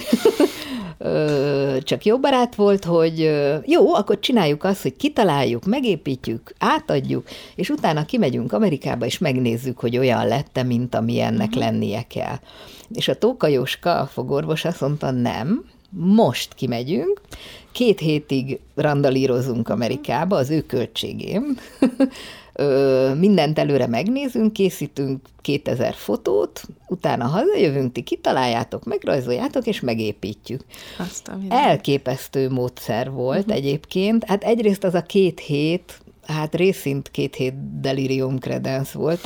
csak jó barát volt, hogy jó, akkor csináljuk azt, hogy kitaláljuk, megépítjük, átadjuk, és utána kimegyünk Amerikába, és megnézzük, hogy olyan lett-e, mint ami ennek lennie kell. És a Tóka Jóska, a fogorvos azt mondta, nem, most kimegyünk, 2 hétig randalírozunk Amerikába az ő költségén, mindent előre megnézünk, készítünk 2000 fotót, utána hazajövünk, ti kitaláljátok, megrajzoljátok, és megépítjük. Elképesztő módszer volt egyébként. Hát egyrészt az a 2 hét, hát részint 2 hét delirium credence volt,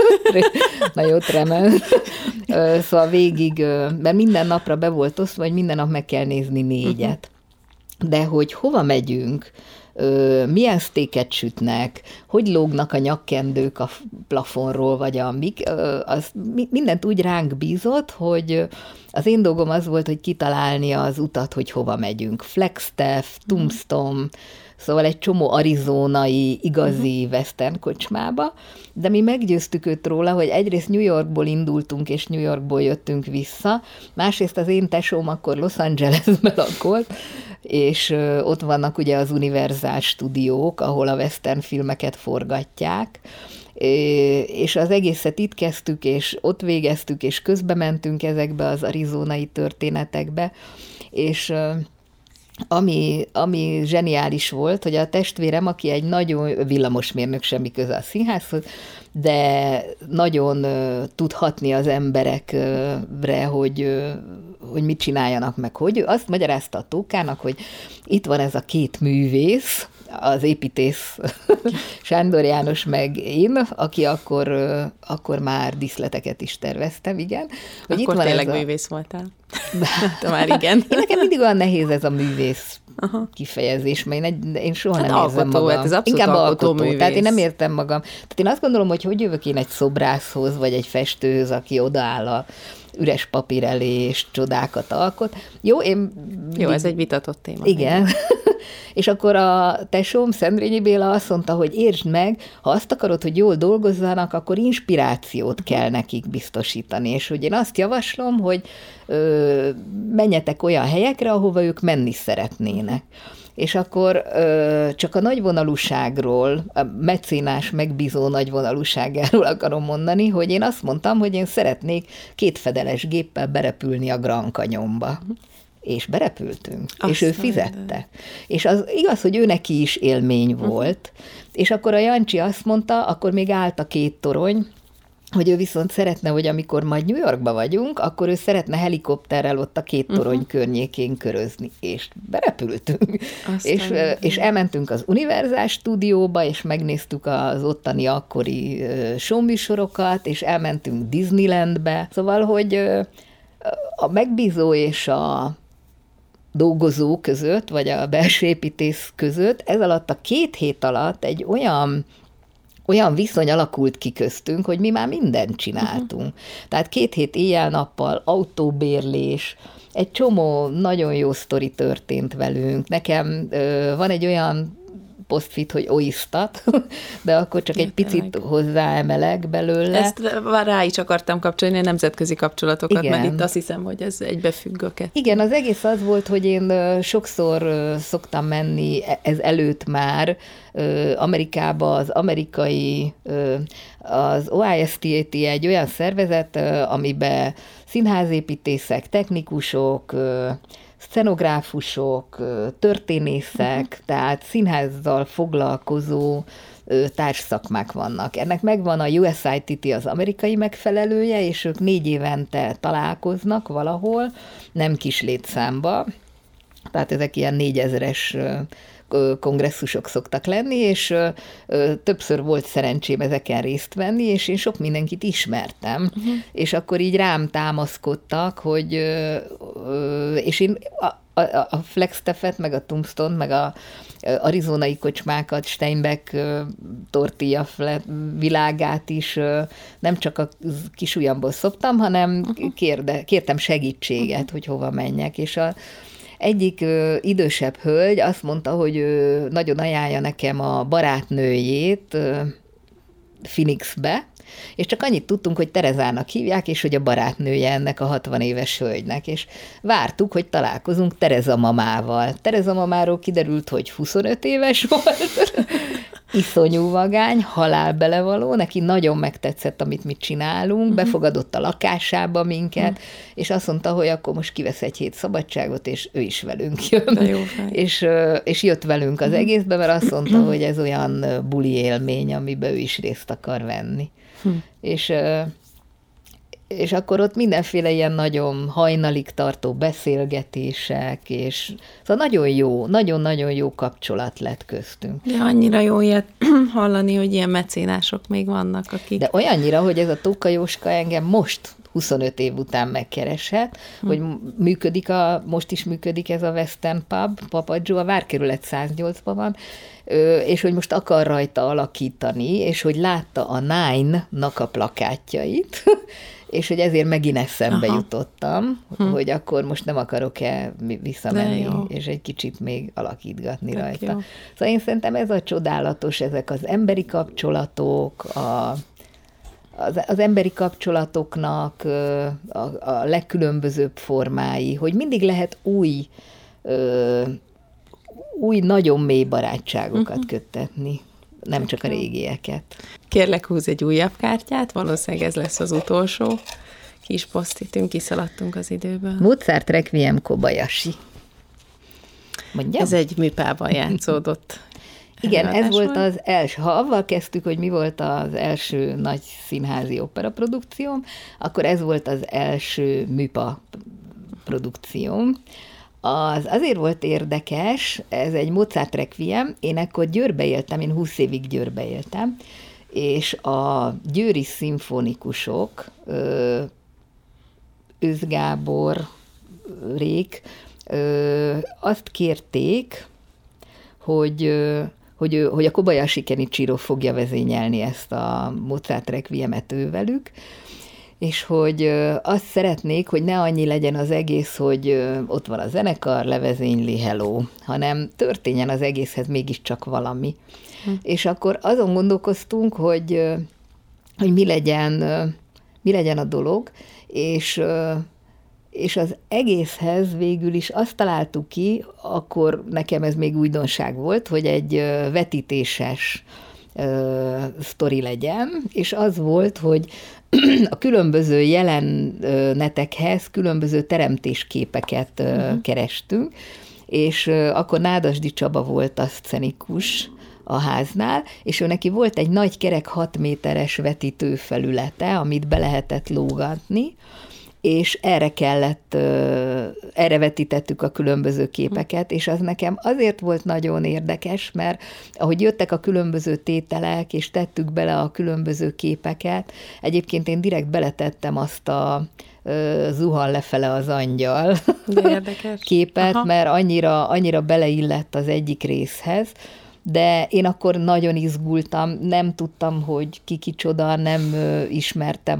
na jót remel. Szóval végig, mert minden napra be volt osztva, vagy minden nap meg kell nézni 4-et. De hogy hova megyünk, milyen sztéket sütnek, hogy lógnak a nyakkendők a plafonról, vagy az mindent úgy ránk bízott, hogy az én dolgom az volt, hogy kitalálni az utat, hogy hova megyünk. Flagstaff, Tombstone, szóval egy csomó arizonai, igazi western kocsmába, de mi meggyőztük őt róla, hogy egyrészt New Yorkból indultunk, és New Yorkból jöttünk vissza, másrészt az én tesóm akkor Los Angelesben lakolt, és ott vannak ugye az Universal stúdiók, ahol a western filmeket forgatják, és az egészet itt kezdtük, és ott végeztük, és közbe mentünk ezekbe az arizonai történetekbe, és ami zseniális volt, hogy a testvérem, aki egy nagyon villamosmérnök, semmi köze a színházhoz, de nagyon tud hatni az emberekre, hogy mit csináljanak meg, hogy ő azt magyarázta a Tókának, hogy itt van ez a két művész, az építész Sándor János meg én, aki akkor már díszleteket is terveztem, igen. Hogy akkor itt van tényleg művész voltál. De már igen. Én nekem mindig olyan nehéz ez a művész kifejezés, mert én soha nem érzem magam. Hát ez abszolút inkább alkotó művész. Tehát én nem értem magam. Tehát én azt gondolom, hogy jövök én egy szobrászhoz, vagy egy festőhöz, aki odaáll a üres papír elé, és csodákat alkot. Jó, ez egy vitatott téma. Igen. És akkor a tesóm, Szendrényi Béla azt mondta, hogy értsd meg, ha azt akarod, hogy jól dolgozzanak, akkor inspirációt kell nekik biztosítani. És hogy én azt javaslom, hogy menjetek olyan helyekre, ahova ők menni szeretnének. És akkor csak a nagyvonalúságról, a mecénás megbízó nagyvonalúságáról akarom mondani, hogy én azt mondtam, hogy én szeretnék 2 fedeles géppel berepülni a Grand Canyonba. És berepültünk, és ő fizette. És az igaz, hogy ő neki is élmény volt, és akkor a Jancsi azt mondta, akkor még állt a 2 torony, hogy ő viszont szeretne, hogy amikor majd New Yorkba vagyunk, akkor ő szeretne helikopterrel ott a 2 torony környékén körözni, és berepültünk. És elmentünk az Universal stúdióba, és megnéztük az ottani akkori showműsorokat, és elmentünk Disneylandbe. Szóval, hogy a megbízó és a dolgozó között, vagy a belső építész között, ez alatt a 2 hét alatt egy olyan viszony alakult ki köztünk, hogy mi már mindent csináltunk. Tehát 2 hét éjjel-nappal, autóbérlés, egy csomó nagyon jó sztori történt velünk. Nekem van egy olyan posztfit, hogy oisztat, de akkor csak egy picit hozzáemelek belőle. Ezt már rá is akartam kapcsolni a nemzetközi kapcsolatokat, igen. Mert itt azt hiszem, hogy ez egybefügg a kettő. Igen, az egész az volt, hogy én sokszor szoktam menni, ez előtt már Amerikába, az OISTAT egy olyan szervezet, amiben színházépítészek, technikusok, szenográfusok, történészek, tehát színházzal foglalkozó társszakmák vannak. Ennek megvan a USITT, az amerikai megfelelője, és ők 4 évente találkoznak valahol, nem kis létszámba, tehát ezek ilyen 4000-es kongresszusok szoktak lenni, és többször volt szerencsém ezeken részt venni, és én sok mindenkit ismertem, és akkor így rám támaszkodtak, hogy és én a Flagstaffet, meg a Tombstone, meg a arizonai kocsmákat, Steinbeck tortilla világát is nem csak a kisujjamból szoptam, hanem kértem segítséget, hogy hova menjek, és egyik idősebb hölgy azt mondta, hogy ő nagyon ajánlja nekem a barátnőjét Phoenixbe, és csak annyit tudtunk, hogy Terezának hívják, és hogy a barátnője ennek a 60 éves hölgynek, és vártuk, hogy találkozunk Tereza mamával. Tereza mamáról kiderült, hogy 25 éves volt, iszonyú vagány, halál belevaló, neki nagyon megtetszett, amit mi csinálunk, befogadott a lakásába minket, és azt mondta, hogy akkor most kivesz egy hét szabadságot, és ő is velünk jön. És jött velünk az egészbe, mert azt mondta, hogy ez olyan buli élmény, amiben ő is részt akar venni. És akkor ott mindenféle ilyen nagyon hajnalig tartó beszélgetések, és szóval nagyon jó, nagyon-nagyon jó kapcsolat lett köztünk. De annyira jó ilyet hallani, hogy ilyen mecénások még vannak, akik... De olyannyira, hogy ez a Tóka Jóska engem most 25 év után megkeresett, hogy most is működik ez a Western Pub, Papadzsó, a Várkerület 108-ban van, és hogy most akar rajta alakítani, és hogy látta a Nine-nak a plakátjait, és hogy ezért megint eszembe jutottam, hogy akkor most nem akarok-e visszamenni, és egy kicsit még alakítgatni rajta. Jó. Szóval én szerintem ez a csodálatos, ezek az emberi kapcsolatok, az emberi kapcsolatoknak a legkülönbözőbb formái, hogy mindig lehet új, nagyon mély barátságokat köttetni, nem csak a régieket. Kérlek, húzz egy újabb kártyát, valószínűleg ez lesz az utolsó kis posztitünk, kiszaladtunk az időből. Mozart Requiem Kobayashi. Mondjam? Ez egy műpában játszódott. Igen, ez volt az első. Ha avval kezdtük, hogy mi volt az első nagy színházi operaprodukcióm, akkor ez volt az első műpa produkcióm. Azért volt érdekes, ez egy Mozart Requiem, én akkor Győrbe éltem, én 20 évig Győrbe éltem, és a győri szimfonikusok, Ősz Gábor, Rék, azt kérték, hogy a Kobayashi Kenichiro fogja vezényelni ezt a Mozart Requiemet ővelük, és hogy azt szeretnék, hogy ne annyi legyen az egész, hogy ott van a zenekar, levezényli, hello, hanem történjen az egészhez mégiscsak valami. És akkor azon gondolkoztunk, hogy mi legyen a dolog, és az egészhez végül is azt találtuk ki, akkor nekem ez még újdonság volt, hogy egy vetítéses sztori legyen, és az volt, hogy a különböző jelenetekhez különböző teremtésképeket kerestünk, és akkor Nádasdy Csaba volt a szcenikus a háznál, és ő neki volt egy nagy kerek 6 méteres vetítőfelülete, amit be lehetett lógatni, és erre vetítettük a különböző képeket, és az nekem azért volt nagyon érdekes, mert ahogy jöttek a különböző tételek, és tettük bele a különböző képeket, egyébként én direkt beletettem azt a zuhan lefele az angyal képet, mert annyira beleillett az egyik részhez, de én akkor nagyon izgultam, nem tudtam, hogy ki kicsoda, nem ismertem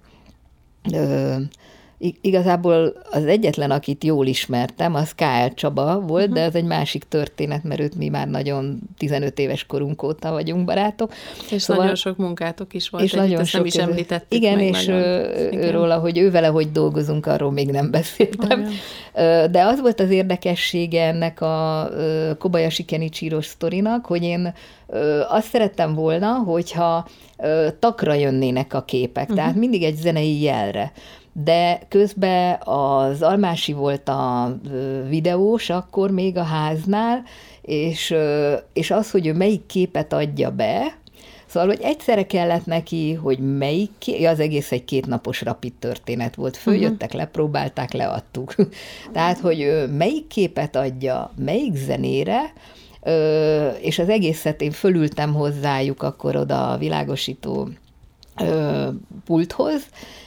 igazából az egyetlen, akit jól ismertem, az K.L. Csaba volt, de ez egy másik történet, mert őt mi már nagyon 15 éves korunk óta vagyunk barátok. És szóval, nagyon sok munkátok is volt, és nagyon ezt nem is említettük. Igen, meg és őróla, hogy ővele, hogy dolgozunk, arról még nem beszéltem. Olyan. De az volt az érdekessége ennek a Kobayashi Kenichiro sztorinak, hogy én azt szerettem volna, hogyha takra jönnének a képek, tehát mindig egy zenei jelre. De közben az Almási volt a videós akkor még a háznál, és az, hogy ő melyik képet adja be, szóval, hogy egyszerre kellett neki, hogy az egész egy 2 napos rapid történet volt. Följöttek, lepróbálták, leadtuk. Tehát, hogy ő melyik képet adja, melyik zenére, és az egészet én fölültem hozzájuk akkor oda a világosító pulthoz,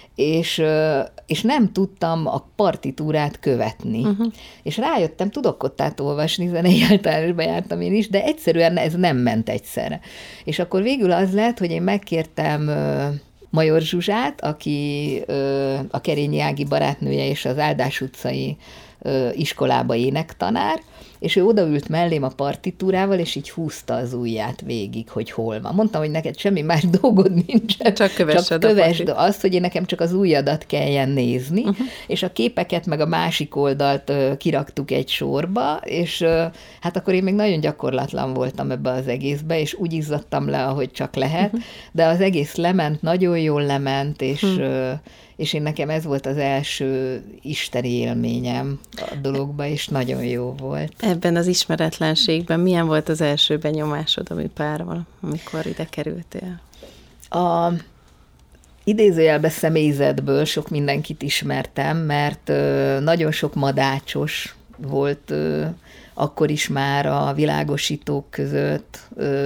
és nem tudtam a partitúrát követni. És rájöttem, tudok kottát olvasni, zenei általánosba jártam én is, de egyszerűen ez nem ment egyszerre. És akkor végül az lett, hogy én megkértem Major Zsuzsát, aki a Kerényi Ági barátnője és az Áldás utcai iskolába énektanár, és ő odaült mellém a partitúrával, és így húzta az ujját végig, hogy hol van. Mondtam, hogy neked semmi más dolgod nincsen. Csak kövessed azt, hogy én nekem csak az ujjadat kelljen nézni, és a képeket meg a másik oldalt kiraktuk egy sorba, és hát akkor én még nagyon gyakorlatlan voltam ebbe az egészbe, és úgy izzadtam le, ahogy csak lehet, de az egész lement, nagyon jól lement, és én nekem ez volt az első isteni élményem a dologba, és nagyon jó volt. Ebben az ismeretlenségben milyen volt az első benyomásod a műpárval, amikor ide kerültél? A idézőjelben személyzetből sok mindenkit ismertem, mert nagyon sok madácsos volt akkor is már a világosítók között,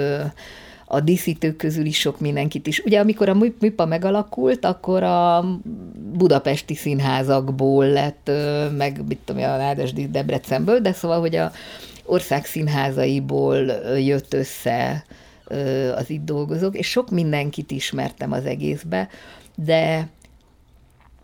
a díszítők közül is sok mindenkit is. Ugye amikor a műpa megalakult, akkor a budapesti színházakból lett, meg mit tudom, a Nádasdy Debrecenből, de szóval, hogy a ország színházaiból jött össze az itt dolgozók, és sok mindenkit ismertem az egészbe, de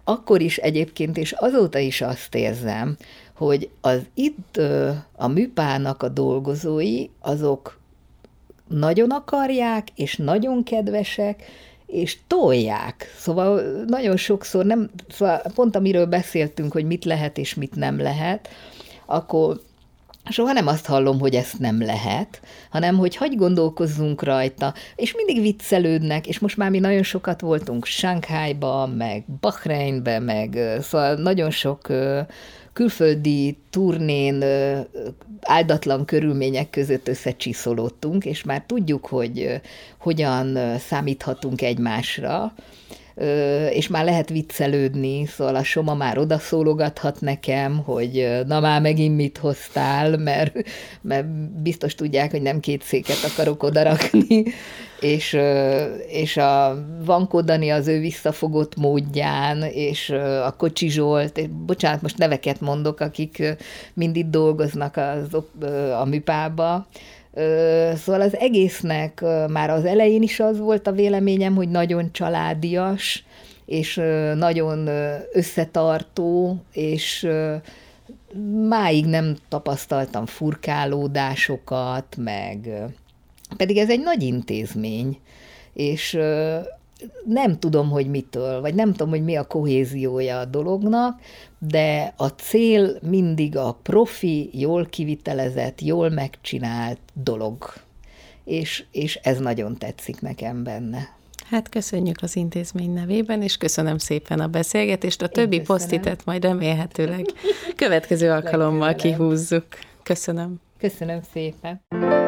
akkor is egyébként, és azóta is azt érzem, hogy az itt a műpának a dolgozói, azok nagyon akarják, és nagyon kedvesek, és tolják. Szóval nagyon sokszor szóval pont amiről beszéltünk, hogy mit lehet és mit nem lehet, akkor soha nem azt hallom, hogy ezt nem lehet, hanem hogy hagy gondolkozzunk rajta, és mindig viccelődnek, és most már mi nagyon sokat voltunk Shanghaiba, meg Bahreinbe, meg szóval nagyon sok külföldi turnén áldatlan körülmények között összecsiszolódtunk, és már tudjuk, hogy hogyan számíthatunk egymásra, és már lehet viccelődni, szóval a Soma már odaszólogathat nekem, hogy na már megint mit hoztál, mert biztos tudják, hogy nem 2 széket akarok odarakni, és a Vankó Dani az ő visszafogott módján, és a Kocsi Zsolt, bocsánat, most neveket mondok, akik mindig dolgoznak a műpába. Szóval az egésznek már az elején is az volt a véleményem, hogy nagyon családias, és nagyon összetartó, és máig nem tapasztaltam furkálódásokat, pedig ez egy nagy intézmény, és nem tudom, hogy mitől, vagy nem tudom, hogy mi a kohéziója a dolognak, de a cél mindig a profi, jól kivitelezett, jól megcsinált dolog. És ez nagyon tetszik nekem benne. Hát köszönjük az intézmény nevében, és köszönöm szépen a beszélgetést. A többi posztitet majd remélhetőleg következő alkalommal kihúzzuk. Köszönöm. Köszönöm szépen.